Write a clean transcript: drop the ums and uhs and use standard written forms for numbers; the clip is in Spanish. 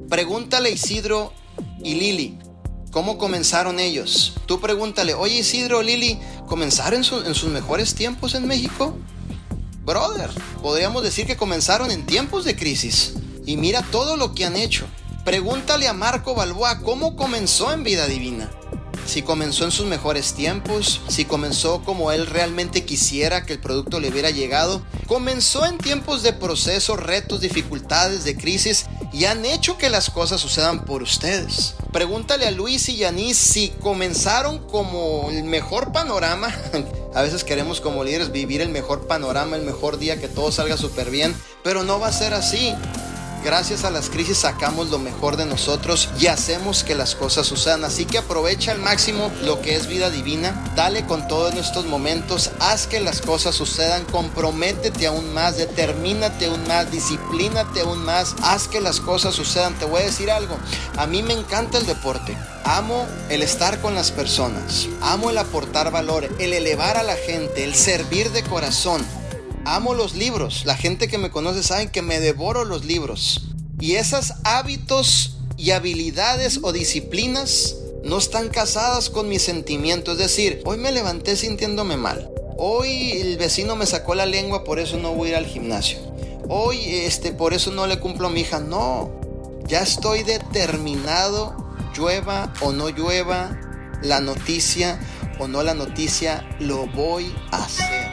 Pregúntale a Isidro y Lili, ¿cómo comenzaron ellos? Tú pregúntale, oye Isidro, Lili, ¿comenzaron en sus mejores tiempos en México? Brother, podríamos decir que comenzaron en tiempos de crisis. Y mira todo lo que han hecho. Pregúntale a Marco Balboa cómo comenzó en Vida Divina. Si comenzó en sus mejores tiempos, si comenzó como él realmente quisiera que el producto le hubiera llegado. Comenzó en tiempos de proceso, retos, dificultades, de crisis, y han hecho que las cosas sucedan por ustedes. Pregúntale a Luis y Yanis si comenzaron como el mejor panorama. A veces queremos como líderes vivir el mejor panorama, el mejor día, que todo salga súper bien, pero no va a ser así. Gracias a las crisis sacamos lo mejor de nosotros y hacemos que las cosas sucedan. Así que aprovecha al máximo lo que es Vida Divina. Dale con todo en estos momentos. Haz que las cosas sucedan. Comprométete aún más. Determínate aún más. Disciplínate aún más. Haz que las cosas sucedan. Te voy a decir algo. A mí me encanta el deporte. Amo el estar con las personas. Amo el aportar valor. El elevar a la gente. El servir de corazón. Amo los libros. La gente que me conoce sabe que me devoro los libros. Y esos hábitos y habilidades o disciplinas no están casadas con mis sentimientos. Es decir, hoy me levanté sintiéndome mal. Hoy el vecino me sacó la lengua, por eso no voy a ir al gimnasio. Hoy por eso no le cumplo a mi hija. No, ya estoy determinado, llueva o no llueva, la noticia o no la noticia, lo voy a hacer.